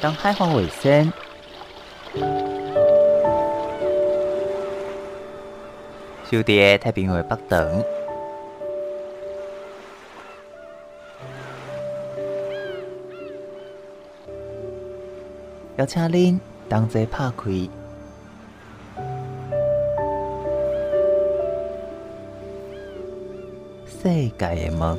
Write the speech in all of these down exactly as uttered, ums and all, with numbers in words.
当海防卫生。收伫太平洋的北端，邀请恁同齐拍开世界的门。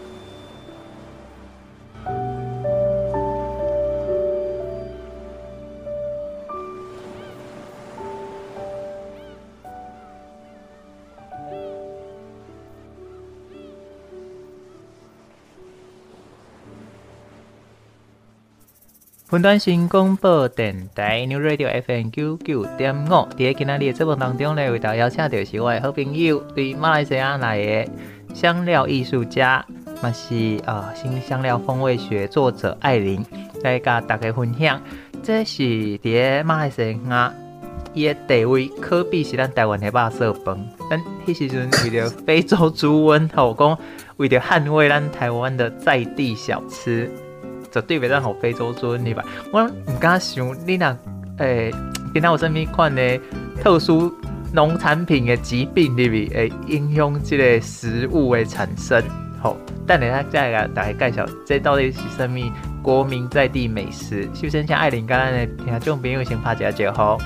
分段新广播电台 New Radio F M 九九点五，在今仔日的节目当中呢，为大家邀请到是我的好朋友，对马来西亚来的香料艺术家，嘛是呃新香料风味学作者艾琳，来甲大家分享。这是在马来西亚，伊的地位可比是咱台湾的肉色饭。咱迄时阵为了非洲猪瘟，吼讲为了捍卫咱台湾的在地小吃。绝对袂当互非洲猪瘟入来。我唔敢想，你若诶，今仔有啥物款的特殊农产品的疾病入去，会影响即个食物的产生。好，等下再来大家介绍，这到底是啥物国民在地美食？首先，像艾琳跟咱的听众朋友先拍一下招呼。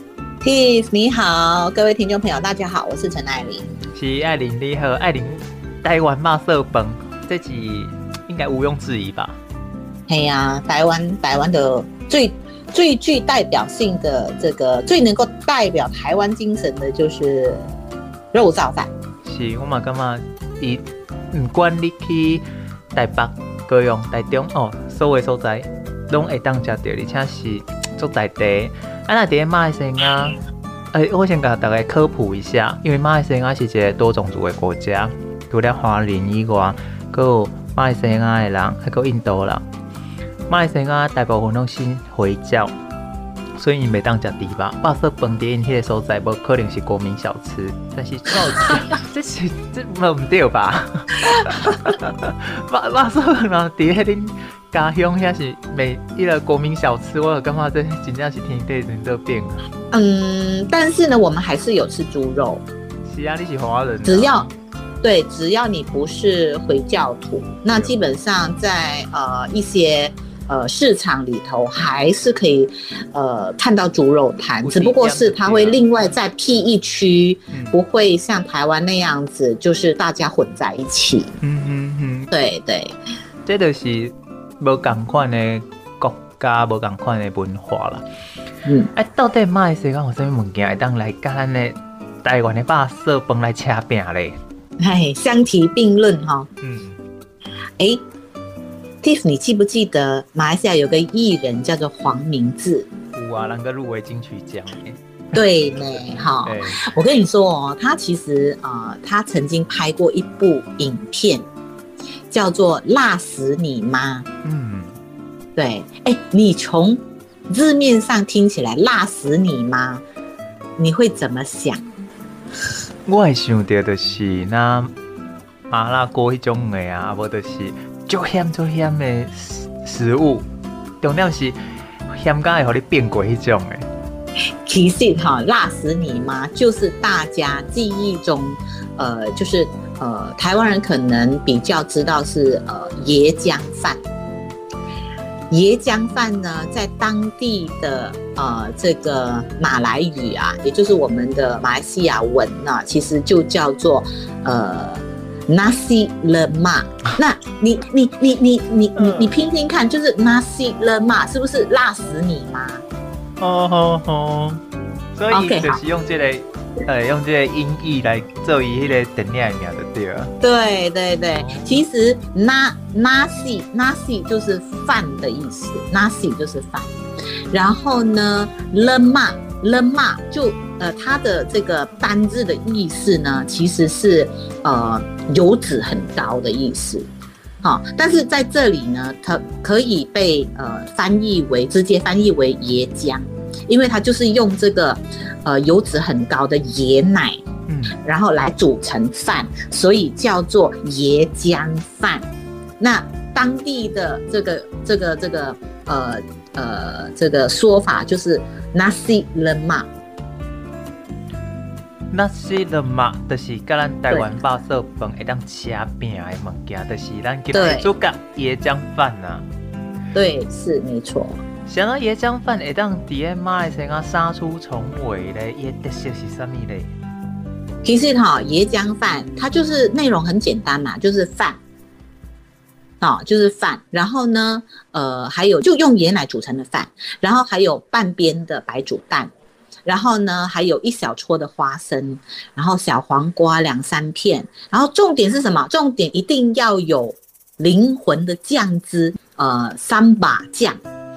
Tiff 你好，各位听众朋友大家好，我是陈艾琳。 是艾琳你好，艾琳台湾肉色饭，这是应该毋庸置疑吧？ 嘿呀、啊，台湾台湾的最最具代表性的这个最能够代表台湾精神的就是肉燥饭。 是，我嘛感觉伊唔管你去台北、高雄、台中哦，所有所在拢会当食到，而且是足在地。啊，那伫马来西亚，诶、欸，我先甲大家科普一下，因为马来西亚是一个多种族的国家，除了华人以外，还有马来西亚的人，还有印度人。马来西亚大部分拢信回教，所以伊袂当食猪肉。肉色饭伫因迄个所在，无可能是国民小吃。但是这是这无唔对吧？肉肉色饭啊，伫迄恁家乡遐是每一个国民小吃，我有感觉这真正是天地人都变了。 嗯，但是呢，我们还是有吃猪肉。 是啊，你是华人、啊， 只要。对，只要你不是回教徒，那基本上在呃一些呃市场里头还是可以呃看到猪肉摊，只不过是它会另外再辟一区，嗯、不会像台湾那样子，就是大家混在一起。嗯嗯嗯，对对， 这就是无同款的国家，无同款的文化啦。嗯，哎、啊，到底马来西亚有啥物物件会当来甲咱的台湾的肉色饭来车拼咧？ 哎，相提并论哈、哦。嗯，哎 ，Tiff， 你记不记得马来西亚有个艺人叫做黄明志？ 有啊，那个入围金曲奖。 对呢，哈，我跟你说哦，他其实啊、呃，他曾经拍过一部影片，叫做《辣死你妈》。嗯，对，哎，你从字面上听起来“辣死你妈”，你会怎么想？ 我会想到就是那麻辣锅迄种的啊，无就是足咸足咸的食物，重点是咸到会互你变过迄种的。 其实哈，辣死你妈就是大家记忆中，呃，就是呃，台湾人可能比较知道是呃椰浆饭。椰浆饭呢，在当地的呃这个马来语啊，也就是我们的马来西亚文呢，其实就叫做呃 nasi lemak。那你你你你你你你拼拼看，就是 nasi lemak 是不是辣死你妈？ 哦吼吼，所以就是用这个。Okay, 呃，用这个音译来做伊迄个电影的名就对了。 对对对，其实 na nasi nasi 就是饭的意思 ，nasi 就是饭。然后呢 ，lemak lemak 就呃它的这个单字的意思呢，其实是呃油脂很高的意思。好，但是在这里呢，它可以被呃翻译为直接翻译为椰浆。因为它就是用这个呃油脂很高的椰奶，嗯，然后来煮成饭，所以叫做椰浆饭。那当地的这个这个这个呃呃这个说法就是 nasi lemak。nasi lemak 就是跟咱台湾肉色饭会当吃饼的物件，就是咱今日主角椰浆饭啊。 对，是没错。 想到椰浆饭会当伫马来西亚杀出重围咧，伊的特色是什么咧？ 其实哈，椰浆饭它就是内容很简单嘛，就是饭，哦，就是饭。然后呢，呃，还有就用椰奶煮成的饭，然后还有半边的白煮蛋，然后呢，还有一小撮的花生，然后小黄瓜两三片，然后重点是什么？重点一定要有灵魂的酱汁，呃，三把酱。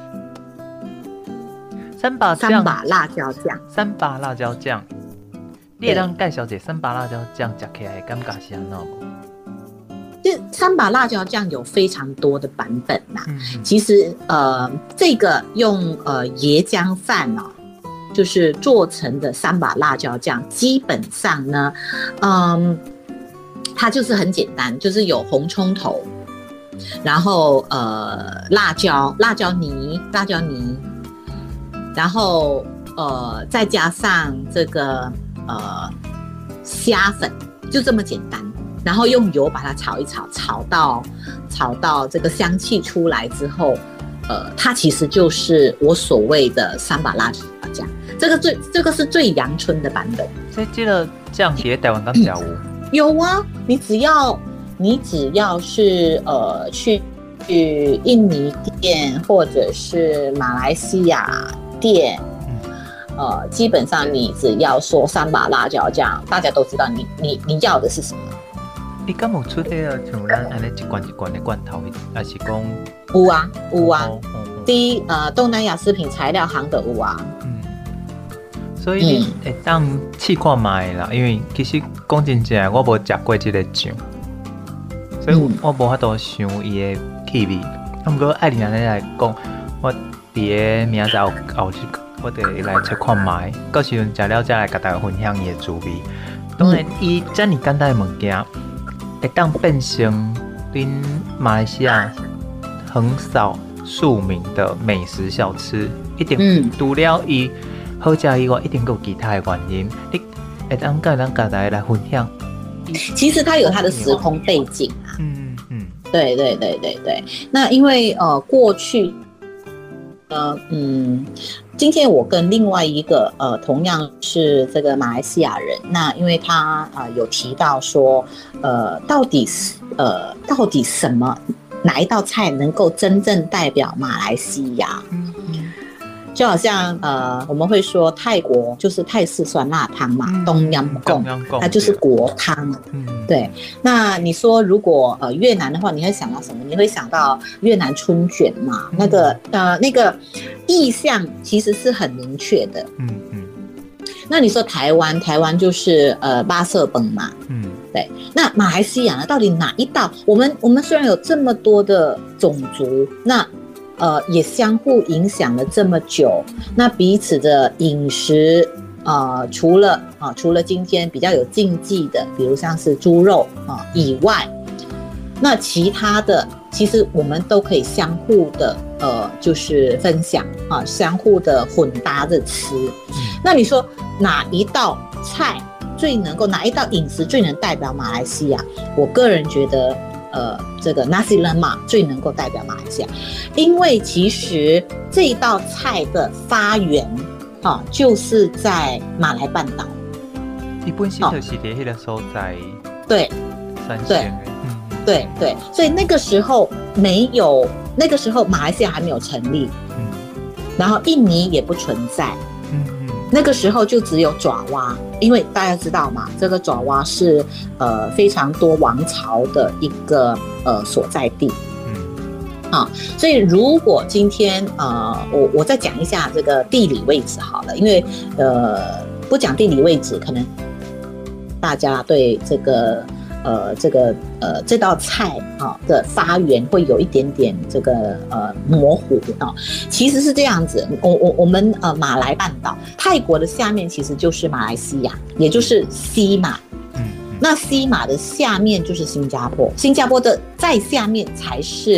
三把酱， 三把辣椒酱， 三把辣椒酱。你会当介绍一下三把辣椒酱吃起来的感觉是安怎无？ 这三把辣椒酱有非常多的版本呐、啊嗯嗯。 其实呃，这个用呃椰浆饭哦，就是做成的三把辣椒酱，基本上呢，嗯，它就是很简单，就是有红葱头，然后呃辣椒、辣椒泥、辣椒泥。然后呃再加上这个呃虾粉，就这么简单。然后用油把它炒一炒，炒到炒到这个香气出来之后，呃，它其实就是我所谓的三把辣椒酱。这个最这个是最阳春的版本。 所以这个酱在台湾敢食有？ 有啊，你只要你只要是呃去去印尼店或者是马来西亚店，呃，基本上你只要说三把辣椒酱，大家都知道你你你要的是什么。 你敢有出迄个像咱安尼一罐一罐的罐头，还是讲？ 有啊有啊， 哦哦哦、 第一呃东南亚食品材料行的有啊。 嗯，所以你会当试看卖啦，因为其实讲真正，我无食过这个酱，所以我无法度想伊的气味。不过爱玲安尼来讲，我。伫个明仔后后日，我得来出看卖，到时阵食了再来甲大家分享伊的滋味。当然，伊遮尔简单的物件，会当变成恁马来西亚横扫庶民的美食小吃，一定除了伊好食以外，一定有其他的原因。你会当甲咱甲大家来分享。 其实它有它的时空背景啊。 嗯嗯嗯， 对对对对对。那因为呃过去。呃嗯，今天我跟另外一个呃同样是这个马来西亚人，那因为他呃有提到说，呃到底是呃到底什么哪一道菜能够真正代表马来西亚？嗯嗯，就好像呃我们会说泰国就是泰式酸辣汤嘛，冬阴功，它就是国汤。嗯，对。那你说如果呃越南的话，你会想到什么？你会想到越南春卷嘛？嗯、那个呃那个意象其实是很明确的。嗯嗯。那你说台湾，台湾就是呃巴色本嘛。嗯，对。那马来西亚呢？到底哪一道？我们我们虽然有这么多的种族，那呃也相互影响了这么久，那彼此的饮食。呃，除了啊、呃，除了今天比较有禁忌的，比如像是猪肉啊、呃、以外，那其他的其实我们都可以相互的呃，就是分享啊，相互的混搭着吃。那你说哪一道菜最能够，哪一道饮食最能代表马来西亚？我个人觉得，呃，这个 nasi lemak 最能够代表马来西亚，因为其实这一道菜的发源。啊，就是在马来半岛。 伊本身就是在那个所在。 对， 三线的。 嗯，对对，所以那个时候没有，那个时候马来西亚还没有成立。嗯。然后印尼也不存在。嗯嗯。那个时候就只有爪哇，因为大家知道嘛，这个爪哇是呃非常多王朝的一个呃所在地。啊，所以如果今天呃，我我再讲一下这个地理位置好了，因为呃，不讲地理位置，可能大家对这个呃这个呃这道菜啊的发源会有一点点这个呃模糊啊。其实是这样子，我我我们呃马来半岛，泰国的下面其实就是马来西亚，也就是西马。嗯，那西马的下面就是新加坡，新加坡的再下面才是。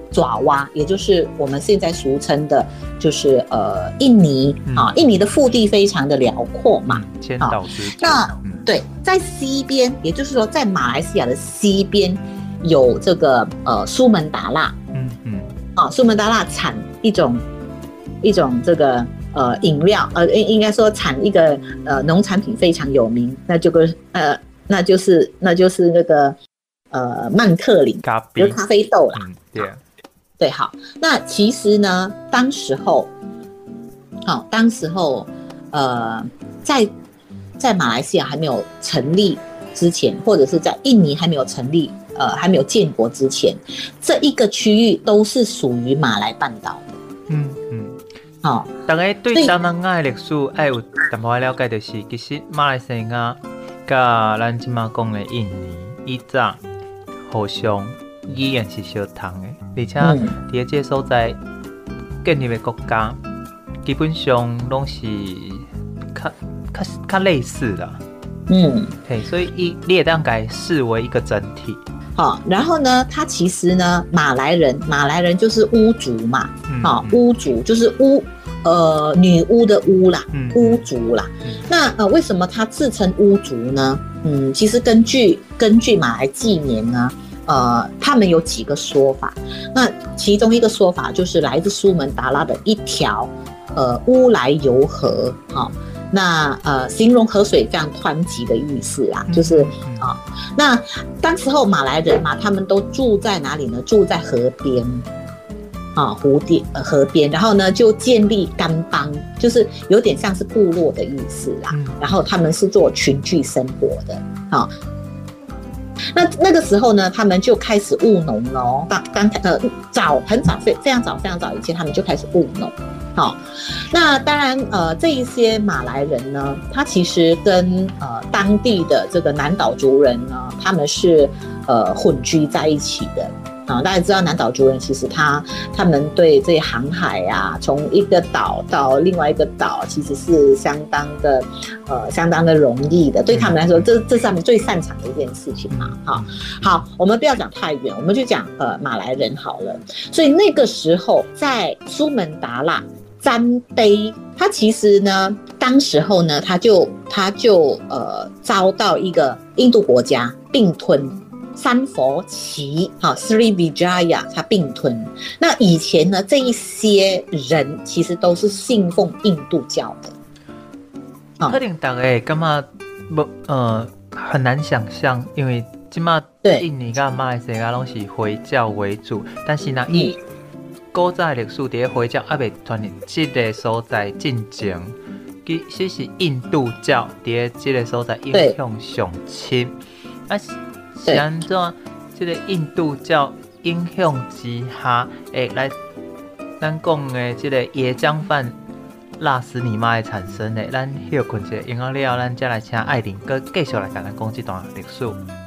爪哇，也就是我们现在俗称的，就是呃印尼啊，印尼的腹地非常的辽阔嘛， 千岛之国。 那对，在西边，也就是说在马来西亚的西边有这个呃苏门答腊，嗯嗯，啊苏门答腊产一种一种这个呃饮料，呃应该说产一个呃农产品非常有名，那就跟呃那就是那就是那个呃曼克林，就是咖啡豆啦，嗯，对。对，好，那其实呢，当时候，好、哦，当时候，呃，在在马来西亚还没有成立之前，或者是在印尼还没有成立，呃，还没有建国之前，这一个区域都是属于马来半岛的。嗯嗯， 好、哦，大家对东南亚的历史爱有淡薄了解，就是其实马来西亚甲咱即马讲的印尼以早互相语言是相同的。而且，伫这个所在建立的国家，基本上拢是较较较类似的。嗯，对，所以一你也当该视为一个整体。 好，然后呢，它其实呢，马来人，马来人就是巫族嘛，好、嗯，巫族就是巫，呃，女巫的巫啦，嗯、巫族啦。嗯、那呃，为什么他自称巫族呢？嗯，其实根据根据马来纪年呢。呃，他们有几个说法，那其中一个说法就是来自苏门答腊的一条呃乌来尤河，哈、哦，那呃形容河水非常湍急的意思啊，就是啊、哦，那当时候马来人嘛，他们都住在哪里呢？住在河边，啊、哦，湖边、呃、河边，然后呢就建立干邦，就是有点像是部落的意思啦，然后他们是做群居生活的，啊、哦。那那个时候呢，他们就开始务农喽。刚刚呃早很早非非常早非常早以前，他们就开始务农。好、哦，那当然呃这一些马来人呢，他其实跟呃当地的这个南岛族人呢，他们是呃混居在一起的。啊，大家知道南岛族人其实他他们对这些航海啊，从一个岛到另外一个岛，其实是相当的呃相当的容易的。对他们来说，这这是他们最擅长的一件事情嘛。好，好，我们不要讲太远，我们就讲呃马来人好了。所以那个时候在苏门答腊詹卑，他其实呢，当时候呢，他就他就呃遭到一个印度国家并吞。三佛齐，好 ，Srivijaya， 他并吞。那以前呢，这一些人其实都是信奉印度教的。 可能大家感觉不呃很难想象，因为今嘛印尼跟马来西亚拢是回教为主，但是呢，以古早历史伫回教还未传入这个所在进前，其实是印度教伫这个所在影响上深。啊。是安怎？这个印度教影响之下，诶，来咱讲的这个椰浆饭辣死你妈的产生的，咱休困一下，音乐了，咱再来请艾琳哥继续来跟咱讲这段历史。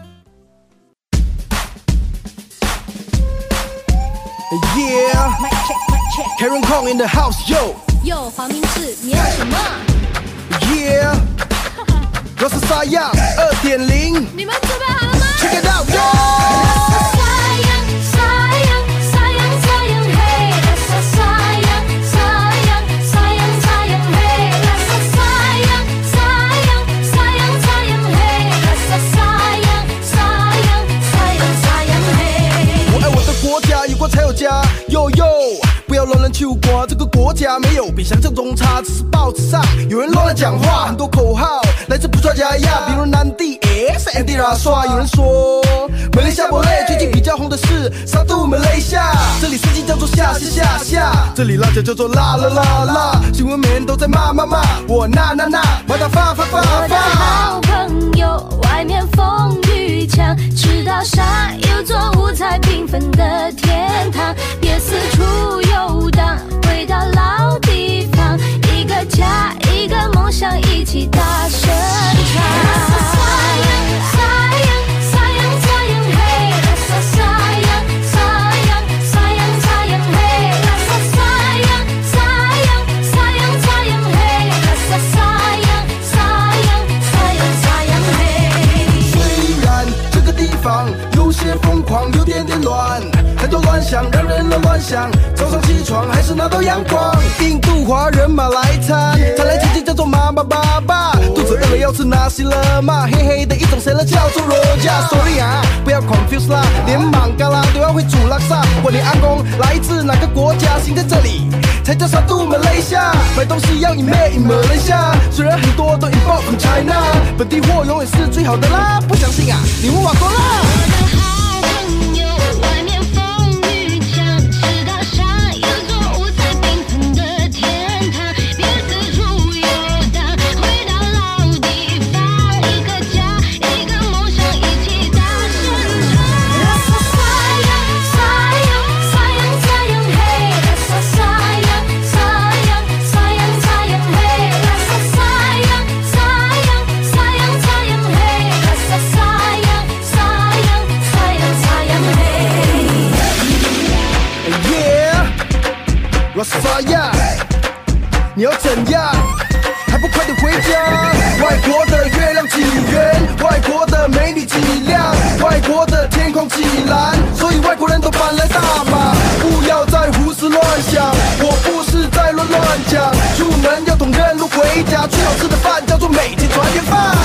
Yeah, Karen Kong in the house, yo. Yo, 黄明志，你要什么 ？Yeah, 我是沙哑二点零。 你们准备好了吗 ？Check it out, yo. 沙哑，沙哑，沙哑，沙哑，嘿，沙沙哑，沙哑，沙哑，沙哑，嘿，沙沙哑，沙哑，沙哑，沙哑，嘿，沙沙哑，沙哑，沙哑，沙哑，嘿。 我爱我的国家，有国才有家，yo yo。不要乱人求瓜，这个国家没有比想象中差，只是报纸上有人乱了讲话，很多口号来自葡萄牙呀，比如南帝诶是 Andy 拉刷，有人说马来西亚不累，最近比较红的是沙杜马来西亚，这里司机叫做下下下下，这里辣椒叫做辣辣辣辣，新闻每人都在骂骂骂，我那那那骂他发发发发。 我的好朋友，外面风雨强，吃到啥有座五彩缤纷的天堂，别四处游荡，回到老地方，一个家，一个梦想，一起大声唱。沙扬沙扬沙扬沙扬嘿，沙沙扬沙扬沙扬沙扬嘿，沙沙扬沙扬沙扬沙扬嘿，沙沙扬沙扬沙扬沙扬嘿。 虽然方，有些疯狂，有点点乱，很多乱想让人乱乱想。早上起床还是那道阳光。印度华人马来餐，它来姐姐叫做妈妈爸爸，肚子饿了要吃纳西勒嘛，黑黑的一种谁了叫做罗加。Sorry 啊，不要 confuse 啦，连莽嘎啦都要会煮拉萨。不管你阿公来自哪个国家，心在这里才叫杀度马来西亚。买东西要以 made in Malaysia， 虽然很多都 import from China， 本地货永远是最好的啦。不相信啊，你问瓦哥啦。你要怎样？还不快点回家！外国的月亮几圆，外国的美女几亮，外国的天空几蓝，所以外国人都搬来大马。不要再胡思乱想，我不是在乱乱讲。出门要懂认路回家，最好吃的饭叫做每天团圆饭。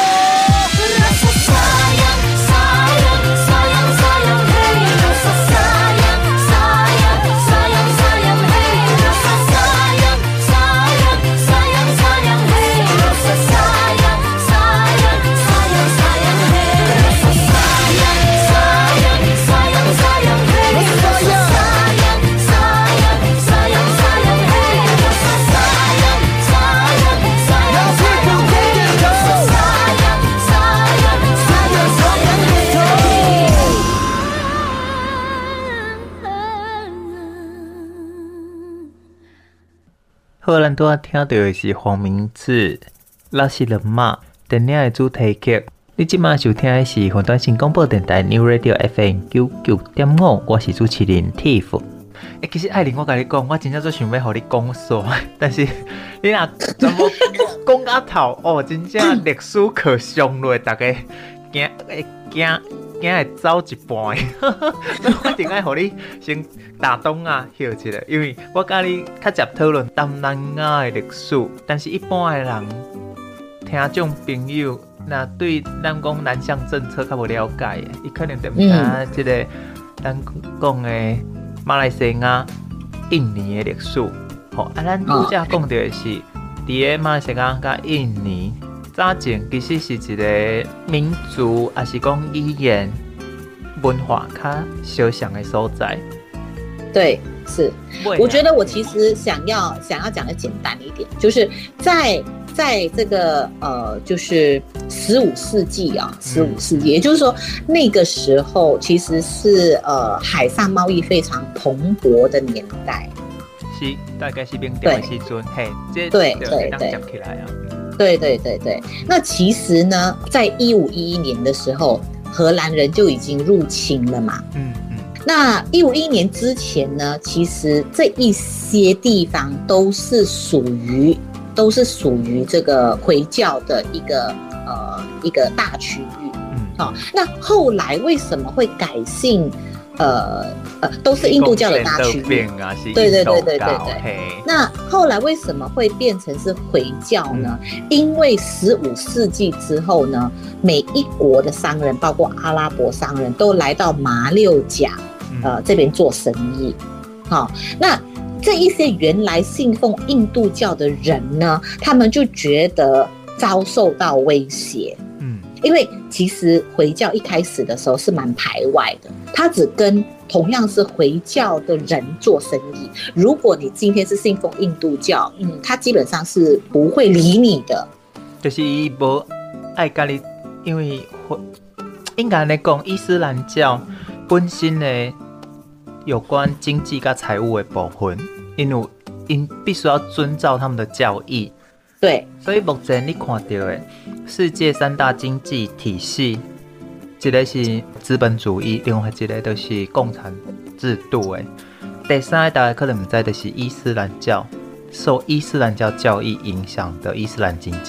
好，咱拄仔听到的是黄明志《拉西人马》电影的主题曲。你即马收听的是云端新广播电台 New Radio F M 九九点五，我是主持人 Tiff。欸，其实艾琳，我甲你讲，我真正做想要互你讲煞，但是你若全部讲到头，哦，真正历史课上落，大家惊会惊。惊会走一半的，所以我一定爱互你先打动啊，休一下，因为我甲你较接讨论东南亚的历史，但是一般的人听众朋友，若对咱讲南向政策较无了解的，伊可能就毋知即个咱讲的马来西亚、印尼的历史。吼，啊，咱拄则讲到的是伫个马来西亚甲印尼。早前其实是一个民族，还是讲语言、文化较相像的所在。 对，是。我觉得我其实想要想要讲的简单一点，就是在在这个呃，就是十五世纪啊，十五世纪，也就是说那个时候其实是呃海上贸易非常蓬勃的年代。 是，大概是明朝的时阵，嘿，这对对对， 讲起来啊。 对对对对，那其实呢，在一五一一年的时候，荷兰人就已经入侵了嘛。嗯嗯。那一五一一年之前呢，其实这一些地方都是属于都是属于这个回教的一个呃一个大区域。嗯。好、哦，那后来为什么会改姓？呃呃，都是印度教的大区域，对对对对对对。那后来为什么会变成是回教呢？嗯、因为十五世纪之后呢，每一国的商人，包括阿拉伯商人都来到马六甲，呃这边做生意。好、哦，那这一些原来信奉印度教的人呢，他们就觉得遭受到威胁。因为其实回教一开始的时候是蛮排外的，他只跟同样是回教的人做生意。如果你今天是信奉印度教，嗯，他基本上是不会理你的。 就是伊无爱甲你，因为应该来讲，伊斯兰教本身的有关经济跟财务的部分，因为因必须要遵照他们的教义。 对， 所以目前你看到的世界三大经济体系，一个是资本主义，另外一个就是共产制度的。第三个大家可能唔知，就是伊斯兰教，受伊斯兰教教义影响的伊斯兰经济。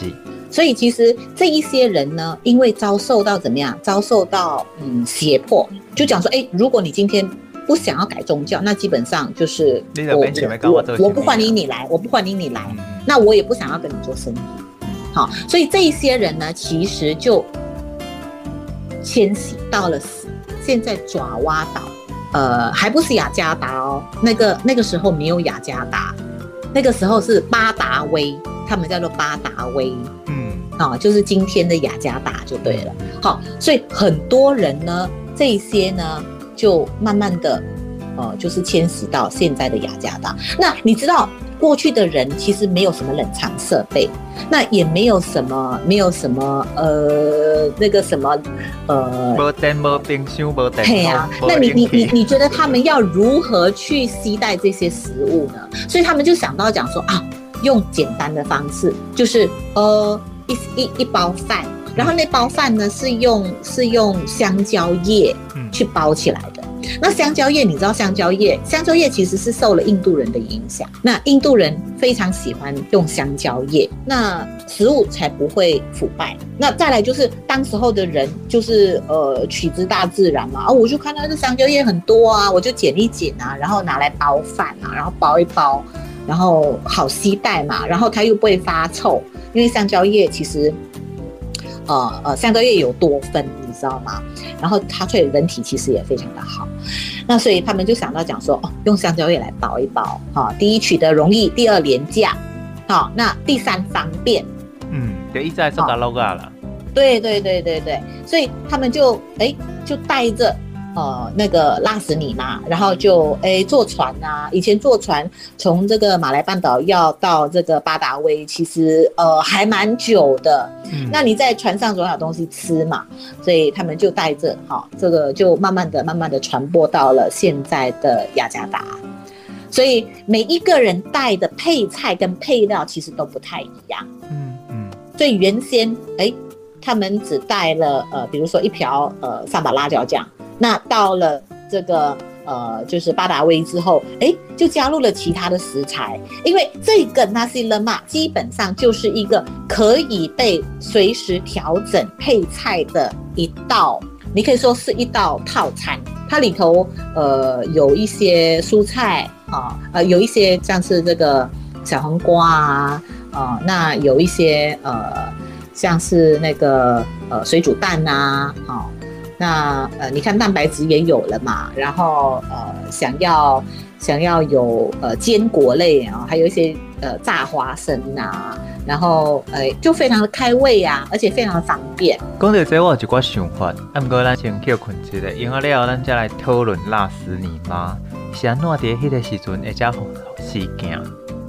所以其实这一些人呢，因为遭受到怎么样，遭受到嗯胁迫，就讲说，哎，如果你今天不想要改宗教，那基本上就是我我我不欢迎你来，我不欢迎你来，嗯、那我也不想要跟你做生意。好，所以这一些人呢，其实就迁徙到了现在爪哇岛，呃，还不是雅加达哦，那个那个时候没有雅加达，那个时候是巴达威，他们叫做巴达威，嗯，啊，就是今天的雅加达就对了。好，所以很多人呢，这些呢，就慢慢的，呃，就是迁徙到现在的雅加达。那你知道？过去的人其实没有什么冷藏设备，那也没有什么没有什么呃那个什么呃， 没电没冰箱没电。 对啊，那你你你你觉得他们要如何去携带这些食物呢？所以他们就想到讲说啊，用简单的方式，就是呃一一一包饭，然后那包饭呢是用是用香蕉叶去包起来的。那香蕉叶，你知道香蕉叶，香蕉叶其实是受了印度人的影响。那印度人非常喜欢用香蕉叶，那食物才不会腐败。那再来就是当时候的人就是呃取之大自然嘛，啊，我就看到这香蕉叶很多啊，我就剪一剪啊，然后拿来包饭啊，然后包一包，然后好携带嘛，然后它又不会发臭，因为香蕉叶其实。呃呃，香蕉叶有多酚，你知道吗？然后它对人体其实也非常的好。那所以他们就想到讲说，哦，用香蕉叶来包一包，哈、哦，第一取得容易，第二廉价，好、哦，那第三方便。 嗯，就一再做到 logo 了。 对对对对对，所以他们就哎就带着。呃，那个拉什尼嘛，然后就诶坐船啊，以前坐船从这个马来半岛要到这个巴达威，其实呃还蛮久的。嗯、那你在船上总有东西吃嘛，所以他们就带着哈、哦，这个就慢慢的、慢慢的传播到了现在的雅加达。所以每一个人带的配菜跟配料其实都不太一样。嗯嗯。所以原先哎，他们只带了呃，比如说一瓢呃桑巴辣椒酱。那到了这个呃，就是巴达威之后，哎，就加入了其他的食材，因为这个 nasi lemak 基本上就是一个可以被随时调整配菜的一道，你可以说是一道套餐。它里头呃有一些蔬菜啊，呃有一些像是这个小黄瓜啊，呃那有一些呃像是那个呃水煮蛋啊，哦。那呃，你看蛋白质也有了嘛，然后呃，想要想要有呃坚果类啊，还有一些呃炸花生啊，然后呃就非常的开胃啊，而且非常的方便。 讲到这，我有一寡想法，啊，不过咱先去困一下，因为了后咱再来讨论辣死你妈，是安怎在迄个时阵会遮事件？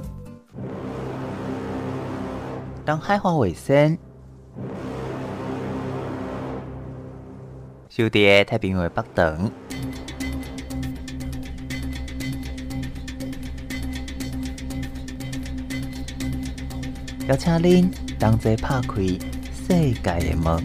当海防卫生。就伫太平洋北端，邀请恁同齐拍开世界的门。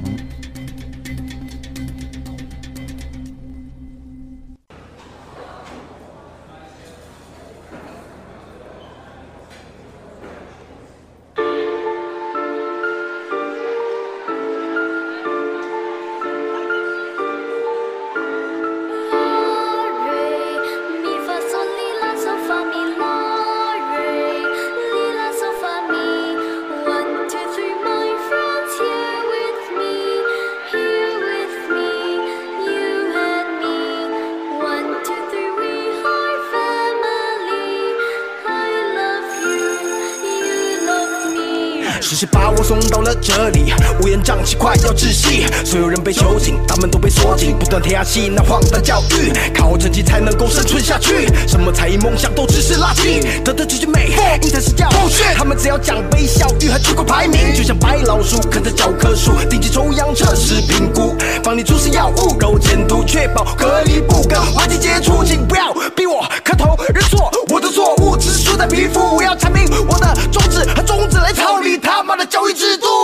时势把我送到了这里，乌烟瘴气，快要窒息。所有人被囚禁，他们都被锁紧，不断填鸭戏那荒诞教育，靠成绩才能够生存下去。什么才艺梦想都只是垃圾，得得最最美，因材施教。他们只要奖杯效率和全国排名，就像白老鼠啃着教科书，定期抽样测试评估，帮你注射药物，勾监督，确保合理不跟环境接触。请不要逼我磕头认错，我的错误只输在皮肤。我要阐明我的宗旨和宗旨来逃离他妈的教育制度。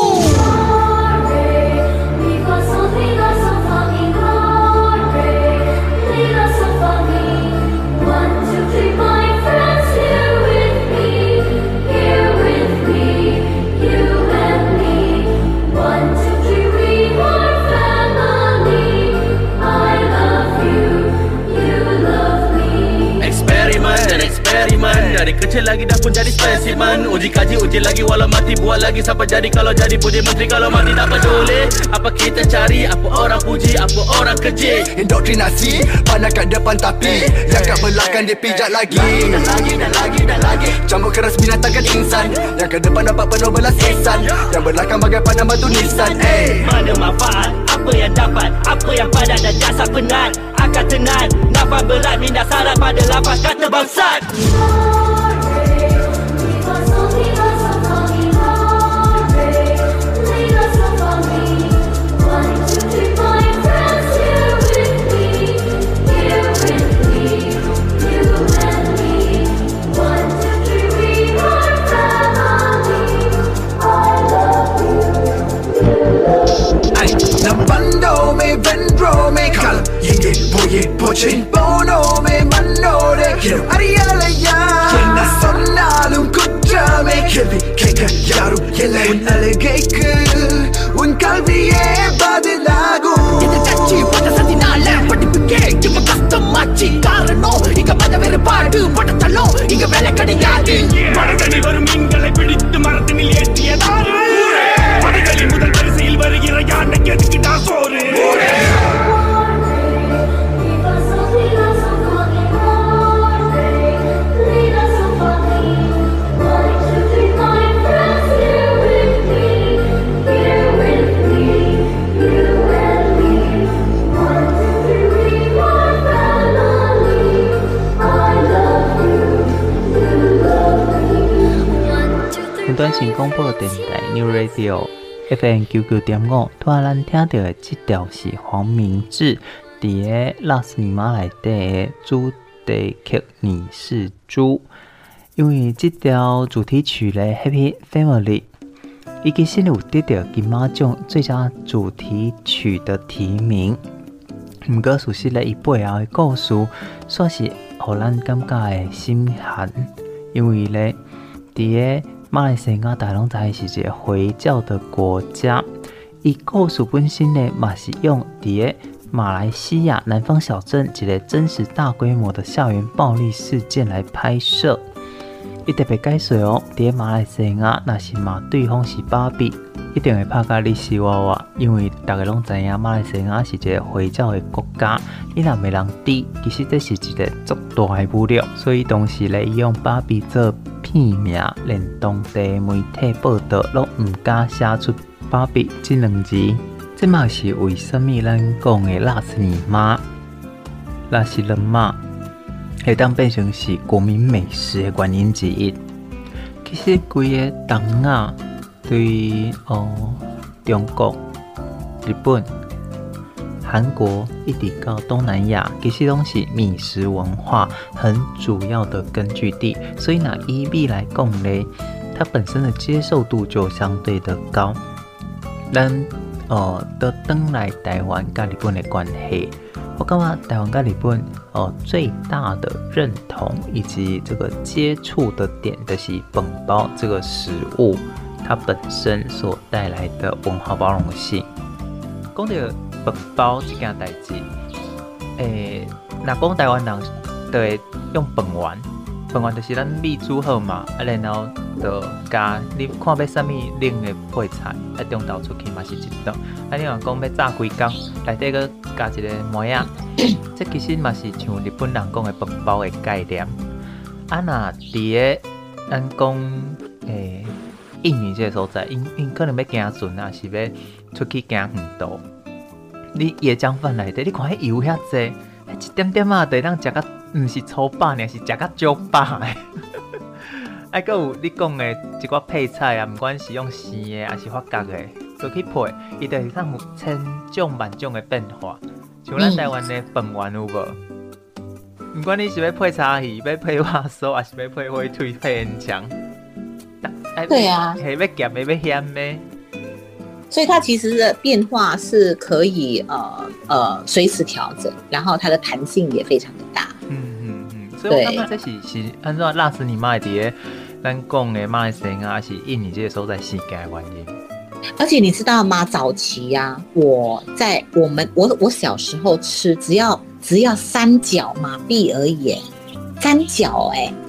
kecil lagi dah pun jadi spesimen. Uji kaji uji lagi walau mati buat lagi sampai jadi. Kalau jadi puji menteri kalau mati tak peduli. Apa kita cari, apa orang puji, apa orang keji. Indoktrinasi pandang kat depan tapi yang kat belakang dia pijak lagi. Dan lagi dan lagi dan lagi. Cambuk keras binatang kan insan. Yang kat depan dapat penuh belas ihsan. Yang belakang bagai pandang batu nisan. Hey. Mana manfaat, apa yang dapat, apa yang padat dan jasa penat. Akan tenat, nafas berat, minda syarat pada lapas kata bangsat. Bando me vendro me kalam yenge boye pochin bono me mano de quiero ariala ya kena sonalum kutra me kelbi keka yaru yele un allegeke un kalbiye badilagu kita caci pada sentinala pada pikir cuma custom maci kareno inga pada verpadu pada talo inga vela kadiyadi மரத்தடி வரும் மீன்களை பிடித்து மரத்தினில் ஏற்றியதாரு படைகளின் முதல் வரிசையில் வருகிற யானைக்கு எதுக்கு நான் சோறு 云端新广播电台 New Radio F M 九九点五，突然咱听到的这条是黄明志伫个拉斯尼马内底的主题曲《你是猪》，因为这条主题曲咧 Happy Family， 伊其实有得到金马奖最佳主题曲的提名。毋过事实咧，伊背后的故事算是互咱感觉的心寒，因为咧伫个马来西亚大家拢知是一个回教的国家，伊故事本身呢，嘛是用伫个马来西亚南方小镇一个真实大规模的校园暴力事件来拍摄。伊特别解说哦，伫个马来西亚，若是骂对方是芭比，一定会拍甲你死活活，因为大家拢知影马来西亚是一个回教的国家，伊若袂人知，其实这是一个足大的侮辱，所以当时咧用芭比做片名，连当地媒体报道拢毋敢写出芭比这两字。这嘛是为什么咱讲的拉斯尼妈、拉斯人妈会当变成是国民美食的原因之一。其实规个东亚对哦中国、日本、韩国一直到东南亚，其实拢是米食文化很主要的根据地，所以拿伊比来讲咧，它本身的接受度就相对的高。咱呃，都登来台湾跟日本的关系，我感觉台湾跟日本呃最大的认同以及这个接触的点，就是饭包这个食物它本身所带来的文化包容性。讲到饭包这件代志，诶，若讲台湾人就会用饭丸，饭丸就是咱米煮好嘛，啊，然后就加你看要啥物冷的配菜，啊，中昼出去嘛是一道。啊，你若讲要炸规工，内底佮加一个糜仔，这其实嘛是像日本人讲的饭包的概念。啊，若伫个咱讲诶印尼这个所在，因因可能要行船啊，是要出去行远途。你椰浆饭内底，你看迄油遐济，一点点啊，就当食甲，毋是粗饱，而是食甲足饱诶。啊，佮有你讲的一寡配菜啊，毋管是用生的还是发酵的，都去配，伊就是通有千种万种的变化。像咱台湾的饭丸有无？毋管你是要配叉鱼，要配肉酥，还是要配火腿、配烟肠。 对啊， 系要咸的，要咸的。 所以它其实的变化是可以呃呃随时调整，然后它的弹性也非常的大。 嗯嗯嗯，所以我感觉这是是按照拉斯尼马的伫个咱讲的马来西亚还是印尼这个所在世界的原因。 而且你知道吗？早期呀、啊，我在我们我我小时候吃，只要只要三角马币而已，三角哎、欸，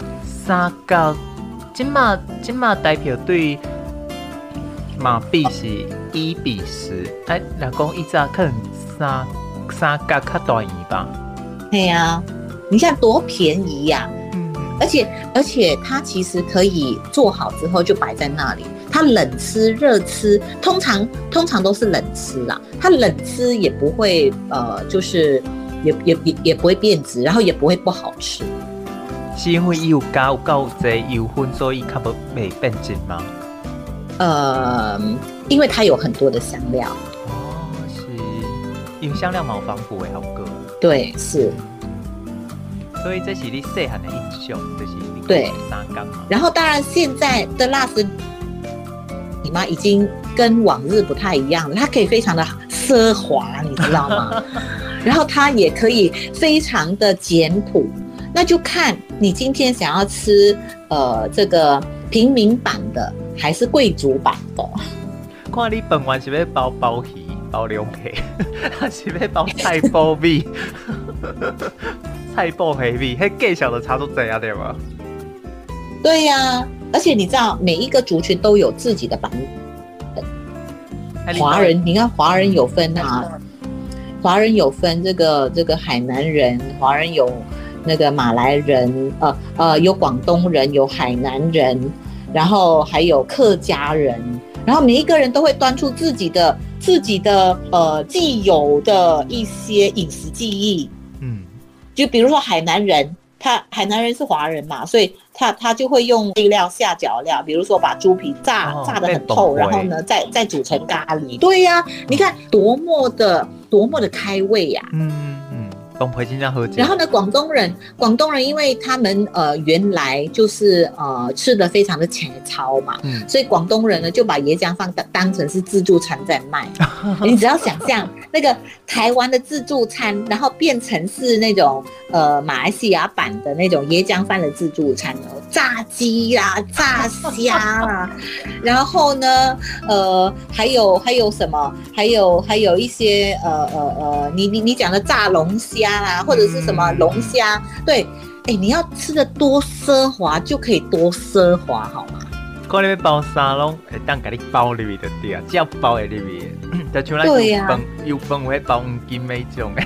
三角，今嘛今嘛代表对马币是一比十，哎，若讲以前可能三三角较大圆吧。 对呀、啊，你看多便宜呀、啊！嗯，而且而且它其实可以做好之后就摆在那里，它冷吃热吃，通常通常都是冷吃啦，它冷吃也不会呃，就是也也也也不会变质，然后也不会不好吃。 是因为有加有够侪油分，所以较不袂变质吗？ 呃，因为它有很多的香料。 哦，是，因为香料冇防腐的效果。 对，是。 所以这是你细汉的印象，就是你对三角嘛。 然后当然现在的辣子你妈已经跟往日不太一样了，它可以非常的奢华，你知道吗？然后它也可以非常的简朴，那就看你今天想要吃呃这个平民版的还是贵族版的。 看你饭碗是要包包鱼、包凉皮，还是要包菜脯米？菜脯黑米，迄价钱都差足侪啊，对吗？ 对呀、啊，而且你知道每一个族群都有自己的版本。华人，你看华人有分啊，华人有分这个这个海南人，华人有那个马来人，呃呃有广东人，有海南人，然后还有客家人，然后每一个人都会端出自己的自己的呃既有的一些饮食技艺。嗯，就比如说海南人。他海南人是华人嘛，所以他他就会用配料下脚料，比如说把猪皮炸、哦、炸得很透，然后呢再再煮成咖喱。对呀、啊，你看多么的多么的开胃呀、啊！嗯嗯，东培经常喝。 然后呢，广东人广东人因为他们呃原来就是呃吃的非常的前操嘛，嗯、所以广东人呢就把椰浆饭当成是自助餐在卖。你只要想象那个台湾的自助餐，然后变成是那种呃马来西亚版的那种椰浆饭的自助餐哦，炸鸡啦、炸虾啦，然后呢呃还有还有什么，还有还有一些呃呃呃你你你讲的炸龙虾啦，或者是什么龙虾，对，哎，你要吃的多奢华就可以多奢华，好吗？ 看你要包啥拢会当甲你包入去就对啊，只要包会入去，就像咱油饭油饭有迄包黄金那种诶。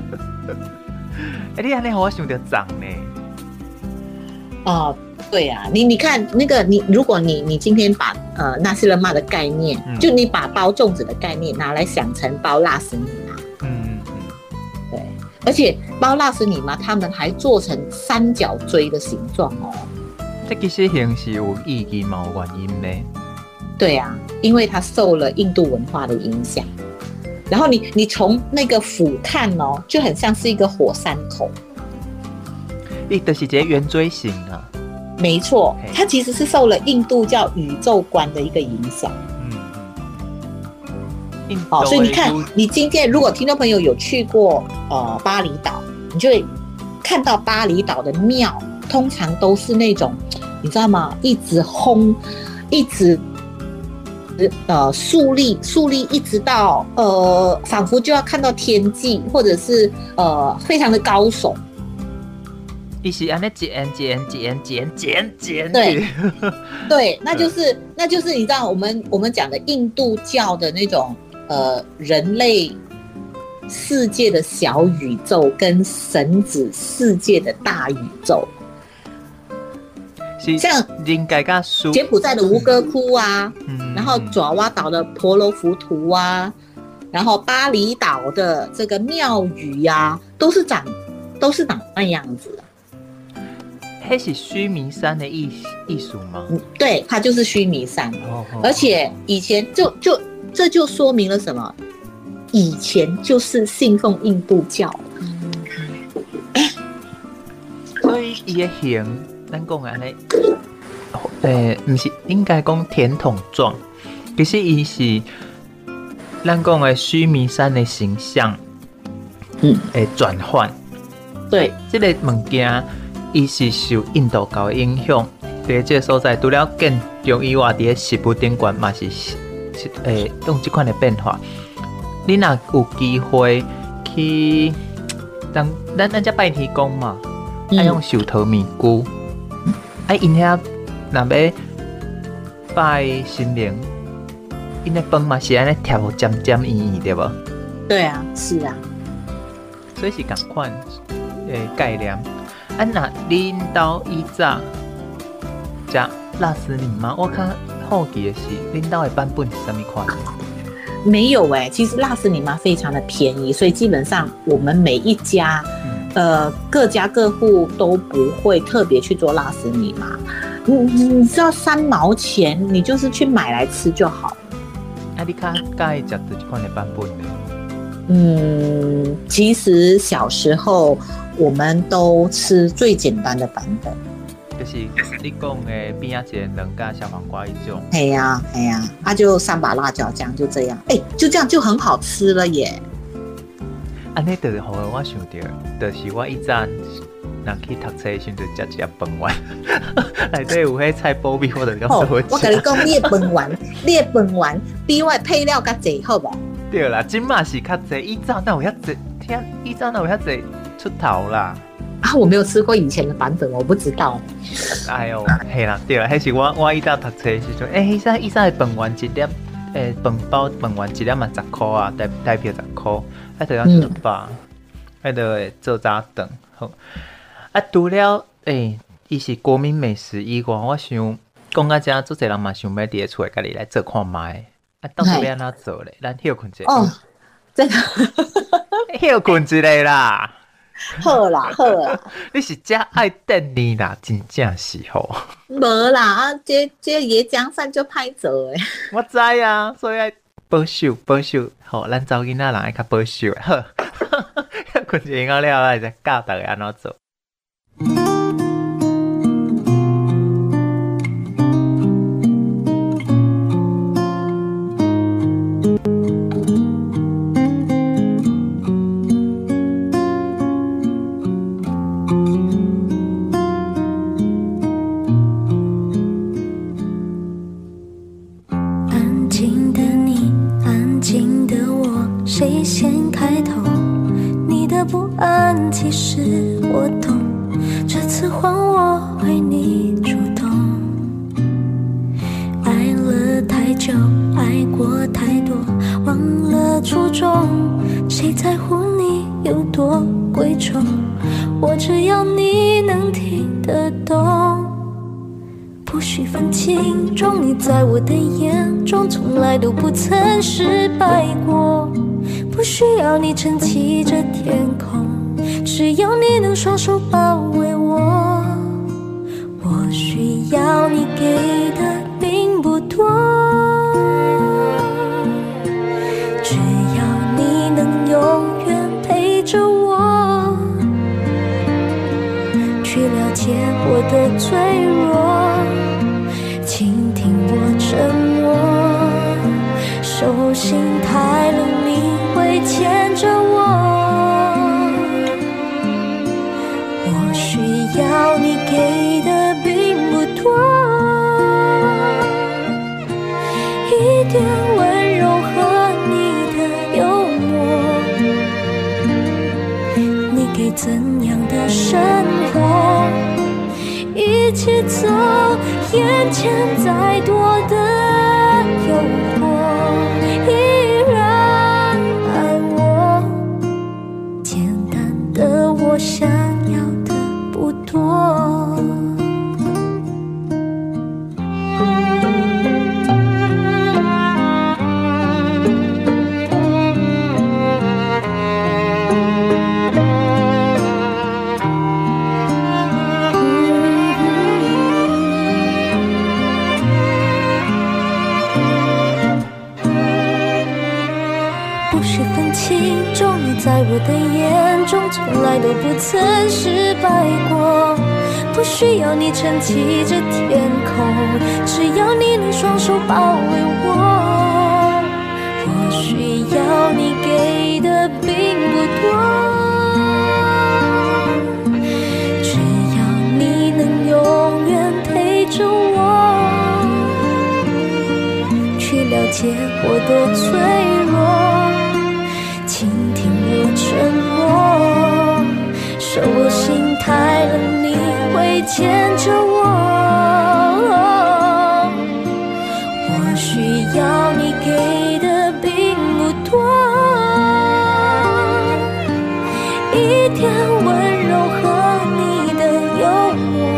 哎，你安尼，我想到涨呢。 哦，对啊，你你看那个你，如果你你今天把呃纳西勒玛的概念，嗯、就你把包粽子的概念拿来想成包辣斯尼玛，嗯嗯，对，而且包辣斯尼玛他们还做成三角锥的形状哦。 这其实形是有意义嘛，有原因呢？ 对啊，因为它受了印度文化的影响。然后你你从那个俯瞰哦，就很像是一个火山口。 伊就是一个圆锥形啊。 没错，它其实是受了印度叫宇宙观的一个影响。嗯，好、哦，所以你看，你今天如果听众朋友有去过呃巴厘岛，你就会看到巴厘岛的庙，通常都是那种，你知道吗？一直轰，一直。呃，竖立竖立一直到呃，仿佛就要看到天际，或者是呃，非常的高耸。 伊是安尼剪剪剪剪剪剪， 对对，那就是那就是你知道我们我们讲的印度教的那种呃人类世界的小宇宙，跟神子世界的大宇宙。像柬埔寨的吴哥窟啊，嗯、然后爪哇岛的婆罗浮屠啊，然后巴厘岛的这个庙宇呀、啊，都是长都是长那样子的。 那是须弥山的艺艺术吗？ 嗯，对，它就是须弥山。哦哦、而且以前就就这就说明了什么？以前就是信奉印度教。 嗯、所以也行。咱讲安尼，诶，毋是应该讲甜筒状，其实伊是咱讲的须弥山的形象，嗯，诶转换。 对， 这个物件伊是受印度教的影响，伫这个所在除了建筑以外，伫个食物顶悬嘛是诶用这款的变化。你若有机会去，当咱咱只拜天公嘛，爱用寿桃米菇。 哎，因遐若要拜神灵，因的饭嘛是安尼贴好尖尖圆圆对无？ 对啊，是啊， 所以是同款诶概念。啊，那恁兜以早食辣丝米吗？我较好奇的是，恁兜的版本是什么款？ 没有哎、欸，其实辣丝米妈非常的便宜，所以基本上我们每一家，嗯、呃，各家各户都不会特别去做辣丝米妈。你你知道三毛钱，你就是去买来吃就好。 啊，你较介意食哪一款的版本呢？ 嗯，其实小时候我们都吃最简单的版本。 就是你讲的边仔一个两加小黄瓜一种， 嘿呀、啊、嘿呀、啊，啊就三把辣椒酱就这样，哎、欸，就这样就很好吃了耶。 安尼就是互我想到，就是我以前人去读册的时阵食一粒饭丸，内底有迄菜脯米，我就感觉好吃。 我跟你讲，你的饭丸，你的饭丸比我的配料较济，好不好？ 对啦，今嘛是较济，以前哪有遐济？天，以前哪有遐济出头啦？ 啊，我没有吃过以前的版本，我不知道。 哎呦，嘿啦，对啦，迄是我我以前读册的时阵，诶、欸，以前以前的饭丸一粒，诶、欸，饭包饭丸一粒嘛十箍啊，台台票十箍，迄就要十八，迄就会做早顿。好，啊，除了诶，伊、欸、是国民美食以外，我想讲到遮，做侪人嘛想要伫咧厝诶家己来做看卖。啊，到底要安怎做咧？咱休困一下。 哦，这个休困一下啦。 好啦好啦， 你是真爱等你啦，真正是吼。 无啦，这这椰浆饭就歹做诶。 我知啊，所以爱保守保守，吼，咱查某囡仔人爱较保守诶。好，困一下了了，再教大家安怎做。 谁先开头？你的不安其实我懂，这次换我为你主动。爱了太久，爱过太多，忘了初衷。谁在乎你有多贵重？我只要你能听得懂。不需分轻重，你在我的眼中从来都不曾失败过。不需要你撑起这天空，只要你能双手包围我。我需要你给的并不多，只要你能永远陪着我，去了解我的脆弱，倾听我沉默，手心太冷你会牵着我，我需要你给的并不多，一点温柔和你的幽默，你给怎样的生活，一起走，眼前再多的诱惑依然爱我，简单的我想要的不多。在我的眼中从来都不曾失败过，不需要你撑起这天空，只要你能双手包围我。我需要你给的并不多，只要你能永远陪着我，去了解我的脆弱，沉默，手心太冷，你会牵着我。 点温柔和你的幽默，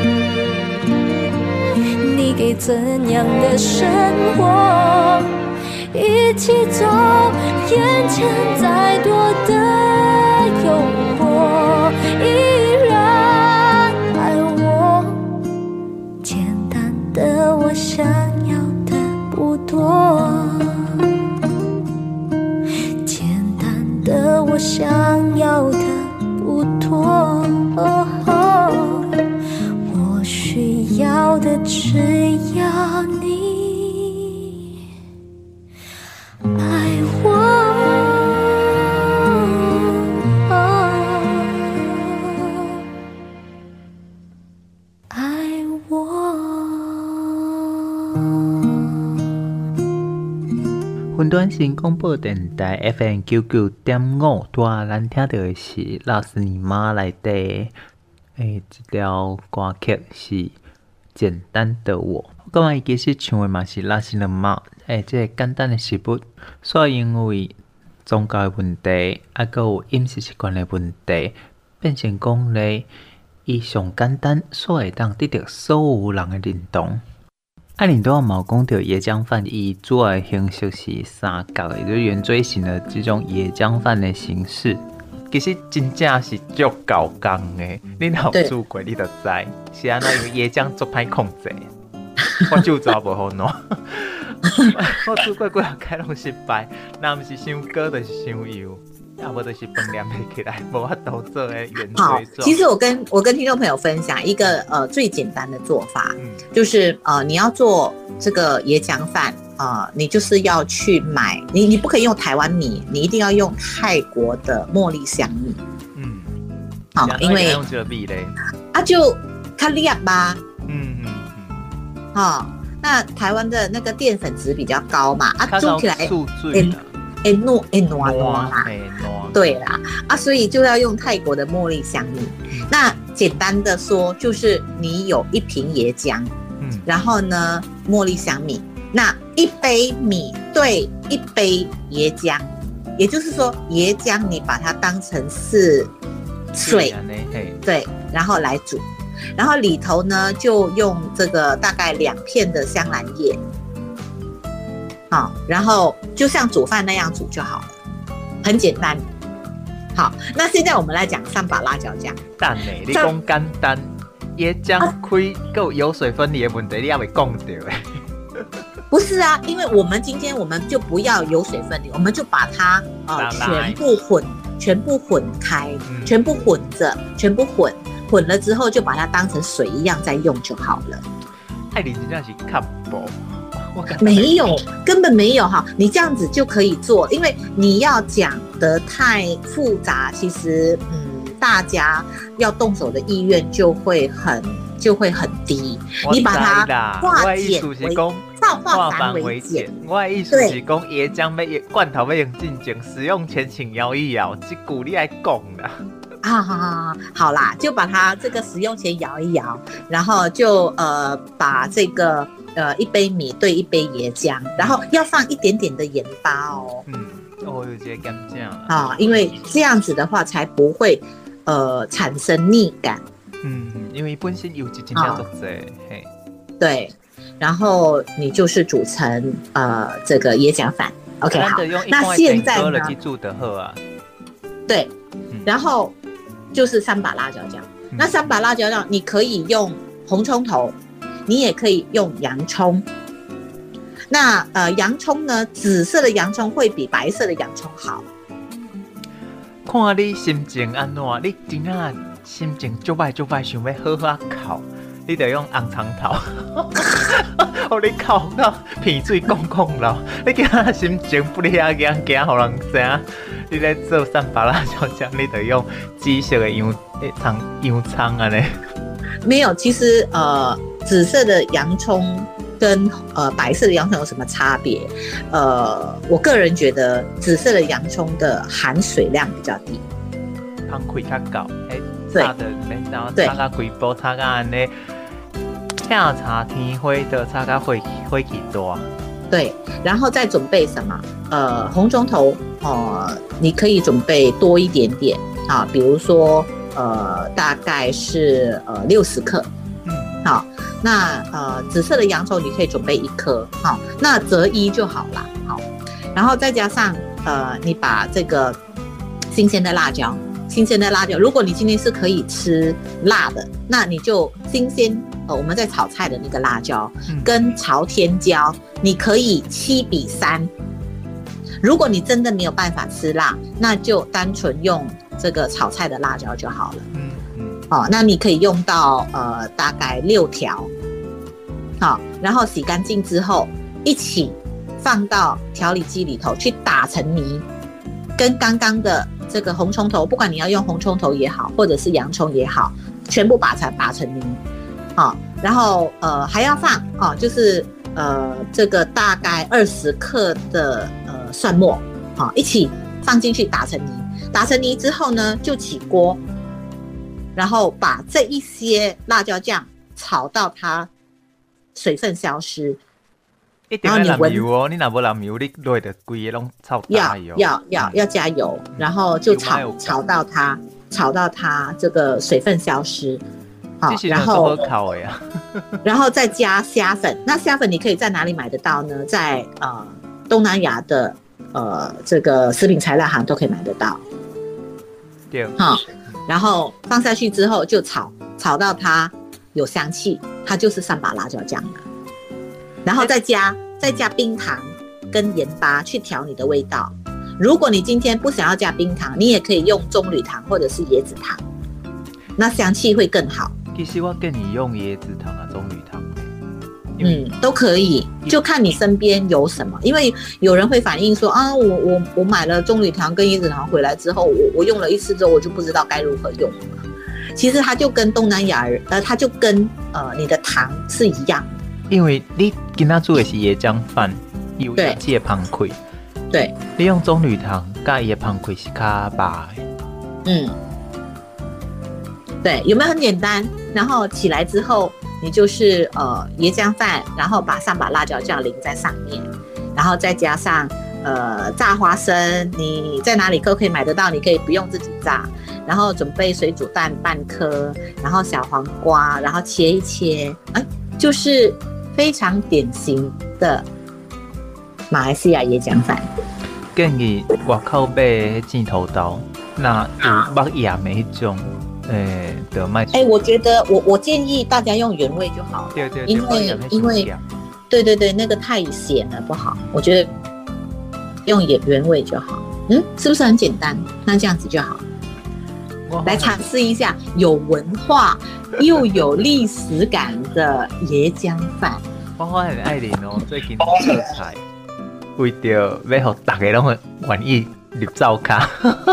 你给怎样的生活？一起走，眼前再多的诱惑，依然爱我。简单的我想要的不多，简单的我想要的不多，我需要的只要你爱我，爱我。 云端新广播电台 F M 九九点五，大咱听到的是《老师你妈》内底诶一条歌曲是《简单的我》。我感觉伊其实唱的嘛是《老师你妈》诶，这个简单的食物，所以因为宗教的问题，啊，佮有饮食习惯的问题，变成讲咧，伊上简单，所会当得到所有人的认同。啊，领导嘛有讲到椰浆饭，伊主要的形式是三角的，就是圆锥形的这种椰浆饭的形式。其实真正是足够工的，你若有煮过，你就知是安怎样椰浆足歹控制。我就查无好喏，我煮过几下开拢失败，若毋是伤高，就是伤油。要不就是饭黏起来，无法度做的圆锥状。 其实我跟我跟听众朋友分享一个呃最简单的做法，嗯、就是呃你要做这个椰浆饭，呃你就是要去买，你你不可以用台湾米，你一定要用泰国的茉莉香米。嗯，好、哦，因为用这个米嘞， 啊就较烈吧。 嗯嗯嗯。好、哦，那台湾的那个淀粉值比较高嘛，啊煮起来。哎糯哎糯糯啦，对啦啊，所以就要用泰国的茉莉香米。嗯、那简单的说，就是你有一瓶椰浆，嗯，然后呢茉莉香米，那一杯米对一杯椰浆，也就是说椰浆你把它当成是水，对，然后来煮，然后里头呢就用这个大概两片的香兰叶。好，然后就像煮饭那样煮就好了，很简单。好，那现在我们来讲三把辣椒酱。 蛋诶，你讲简单，椰浆开够油水分离的问题，你也未讲到诶。 不是啊，因为我们今天我们就不要油水分离，我们就把它呃全部混，全部混开，嗯、全部混着，全部混，混了之后就把它当成水一样再用就好了。 哎，你真的是看薄。 没有，根本没有哈，你这样子就可以做，因为你要讲得太复杂，其实嗯，大家要动手的意愿就会很就会很低。你把它化简为化繁为简。 我的意思是讲，椰浆要罐头要用进前，使用前请摇一摇，这句你爱讲啦。 啊，好好好，好啦，就把它这个使用前摇一摇，然后就呃把这个。呃，一杯米兑一杯椰浆，然后要放一点点的盐巴哦。嗯， 哦，有这个甘酱啊，因为这样子的话才不会呃产生腻感。 嗯，因为本身油脂真正多多，嘿。 对，然后你就是煮成呃这个椰浆饭。OK， 好，那现在呢？对，嗯、然后就是三把辣椒酱。嗯、那三把辣椒酱，你可以用红葱头。你也可以用洋葱，那呃洋葱呢，紫色的洋葱会比白色的洋葱好。 看你心情安怎，你真啊心情足歹足歹，想要好好烤，你就用红葱头，互你烤到鼻水汞汞流。你今仔心情不哩啊，惊惊，互人知，你咧做三把辣椒酱，你就用紫色的洋葱洋葱安尼。 没有，其实呃。紫色的洋葱跟呃白色的洋葱有什么差别？呃，我个人觉得紫色的洋葱的含水量比较低， 汤开较高，哎，炸的然后炸到规波，炸到安尼，下茶天花的炸到火火气大。 对，然后再准备什么？呃，红葱头哦、呃，你可以准备多一点点。 啊，比如说呃大概是呃六十克， 嗯， 好，那呃紫色的洋葱你可以准备一颗，好，那择一就好啦，好，然后再加上呃你把这个新鲜的辣椒。新鲜的辣椒，如果你今天是可以吃辣的，那你就新鲜呃我们在炒菜的那个辣椒、嗯、跟朝天椒，你可以七比三。如果你真的没有办法吃辣，那就单纯用这个炒菜的辣椒就好了。嗯嗯。哦，那你可以用到呃大概六条，好，然后洗干净之后一起放到调理机里头去打成泥，跟刚刚的。这个红葱头，不管你要用红葱头也好，或者是洋葱也好，全部把它打成泥，好，然后呃还要放哦，就是呃这个大概二十克的呃蒜末，好，一起放进去打成泥。打成泥之后呢，就起锅，然后把这一些辣椒酱炒到它水分消失。 一定要淋油哦！你若无淋油，你落的规个拢炒大油。 要要要要加油，然后就炒炒到它炒到它这个水分消失。好，然后烤呀， 然后再加虾粉。那虾粉你可以在哪里买得到呢？在呃东南亚的呃这个食品材料行都可以买得到。 对。 好，然后放下去之后就炒，炒到它有香气，它就是三把辣椒酱了。然后再加再加冰糖跟盐巴去调你的味道。如果你今天不想要加冰糖，你也可以用棕榈糖或者是椰子糖，那香气会更好。 其实我建议用椰子糖啊、棕榈糖， 嗯，都可以，就看你身边有什么。因为有人会反映说啊，我我我买了棕榈糖跟椰子糖回来之后，我我用了一次之后，我就不知道该如何用了。其实它就跟东南亚人，呃，它就跟呃你的糖是一样的。 因为你今仔煮的是椰浆饭，有椰子的香气。 对， 你用棕榈糖，甲伊的香气是较白的。 嗯，对，有没有很简单？然后起来之后，你就是呃椰浆饭，然后把上把辣椒酱淋在上面，然后再加上呃炸花生，你在哪里都可以买得到，你可以不用自己炸。然后准备水煮蛋半颗，然后小黄瓜，然后切一切，哎，就是非常典型的马来西亚椰浆饭。 建议外口买的箭头刀，那有木芽的那种，诶，得卖。 哎，我觉得我我建议大家用原味就好了， 对对对， 因为因为对对对，那个太咸了不好，我觉得用原原味就好。嗯，是不是很简单？那这样子就好。来尝试一下有文化又有历史感的椰浆饭。 我发现艾琳哦，最近做菜为着要让大家拢愿意入灶卡，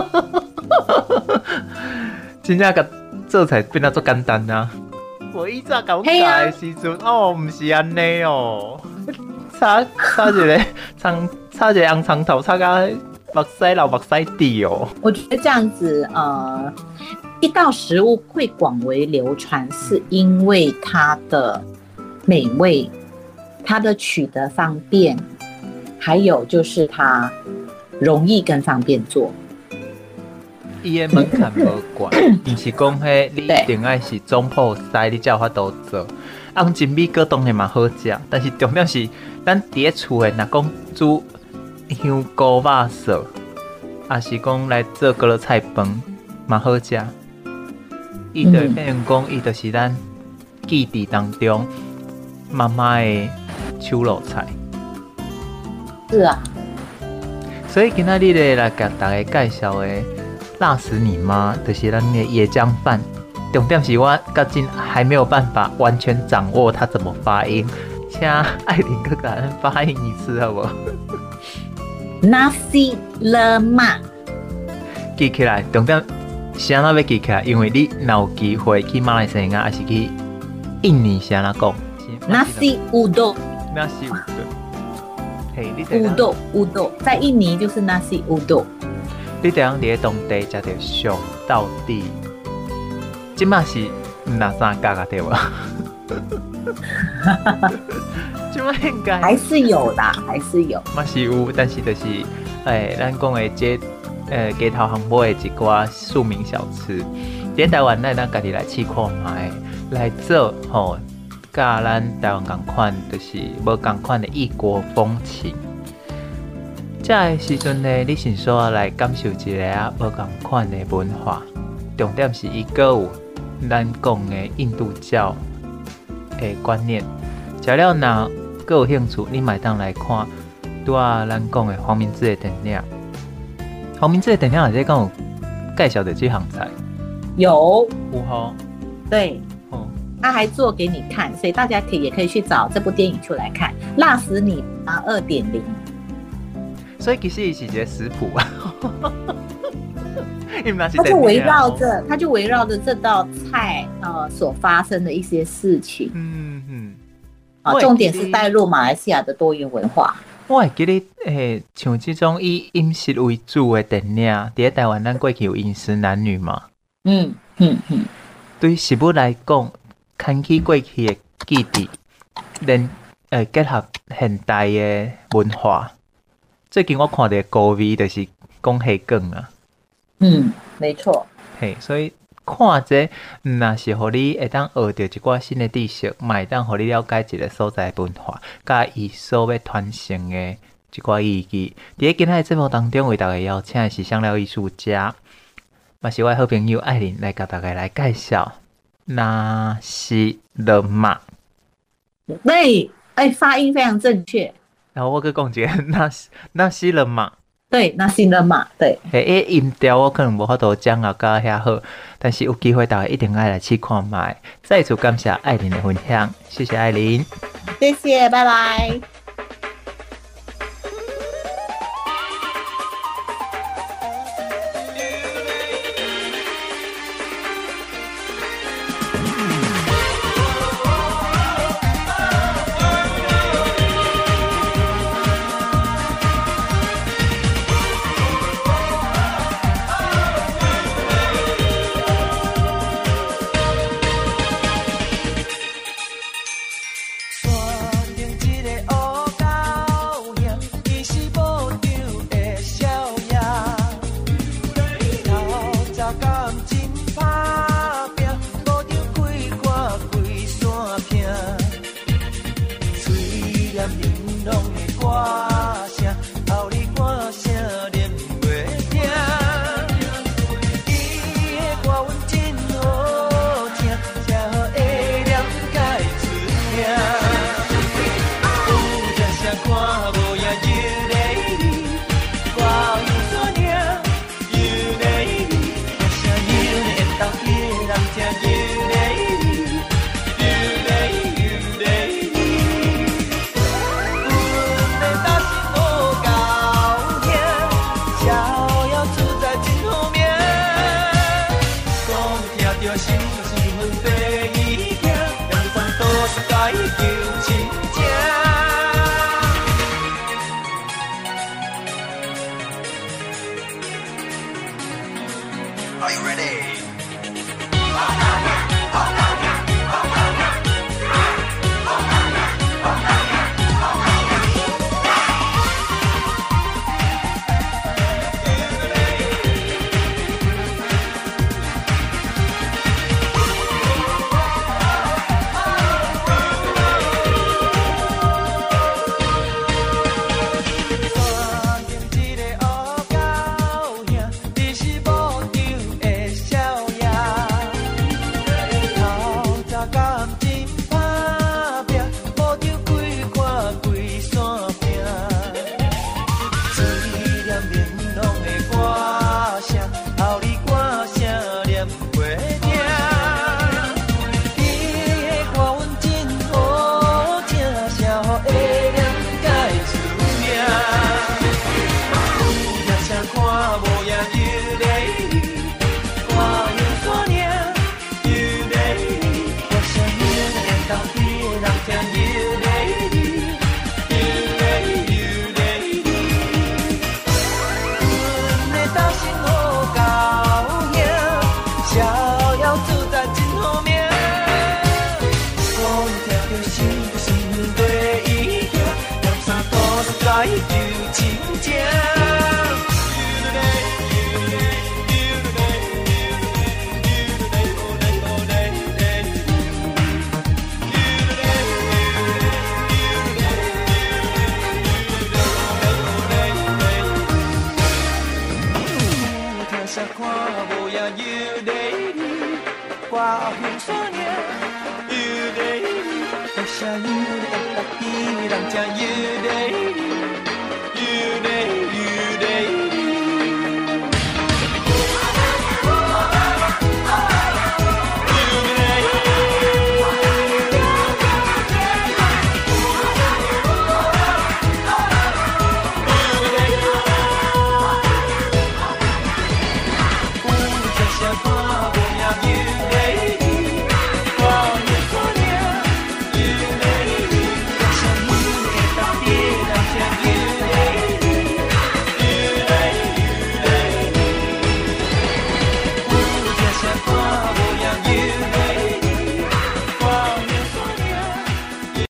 真正甲做菜变得足简单啊！我以前搞教的时阵，哦，唔是安尼哦，炒炒一个葱，炒一个红葱头，炒到目屎流目屎滴哦。 我觉得这样子，呃，一道食物会广为流传，是因为它的美味，它的取得方便，还有就是它容易跟方便做。 伊的门槛无高，唔是讲迄你一定爱是总铺师，你才有法度做。红金米糕当然嘛好食，但是重点是咱伫咧厝诶，若讲煮香菇肉臊，也是讲来做高丽菜饭嘛好食。伊就变成讲，伊就是咱记忆当中妈妈的手路菜。 是啊。 所以今仔日咧来甲大家介绍的。辣死你妈！就是咱的椰浆饭，重点是我到今还没有办法完全掌握它怎么发音，请艾琳哥哥发音一次好不好 ？Nasi lemak， 记起来，重点是安怎要记起来？因为你若有机会去马来西亚，还是去印尼是安怎讲 ？Nasi udon，Nasi udon， 嘿，你 udon udon， 在印尼就是 Nasi udon。 你得用伫当地食到上到底，即马是哪三角啊？对无？即马应该还是有啦，还是有。 嘛是有，但是就是诶，咱讲的这呃街头行买的一寡庶民小吃，伫台湾咱咱家己来试看卖，来做吼，甲咱台湾共款，就是无共款的异国风情。这个时阵呢，你先说来感受一下啊，无共款的文化。重点是伊个有咱讲的印度教的观念。食了若个有兴趣，你买当来看，拄啊咱讲的黄明志的电影。黄明志的电影内底讲有介绍的这项菜， 有有吼， 对。 哦， 他还做给你看，所以大家可以也可以去找这部电影出来看，《辣死你啊二点零》。 所以其实伊是一个食谱啊， 它就围绕着，它就围绕着这道菜呃所发生的一些事情， 嗯嗯， 啊，重点是带入马来西亚的多元文化。 我会记得诶，像这种以饮食为主的电影，伫台湾咱过去有《饮食男女》嘛， 嗯嗯嗯， 对食物来讲，牵起过去的记忆，连诶结合现代的文化。最近我看到高味就是讲虾卷啊， 嗯，没错， 嘿，所以看这若是互你会当学到一寡新的知识，嘛会当互你了解一个所在的文化，甲伊所要传承的一寡意义。伫今仔的节目当中，为大家邀请的是香料艺术家，嘛是我的好朋友艾琳来甲大家来介绍纳西勒玛。 对，哎，发音非常正确。 然后我去讲一个纳纳西勒玛。 对，那新的嘛，对。 嘿，音调我可能无法度掌握到遐好，但是有机会大家一定爱来试看卖。再次感谢艾琳的分享，谢谢艾琳， 谢谢，拜拜。 挂念少年。You day， 我想 you day， 让家 you day， you day， you day。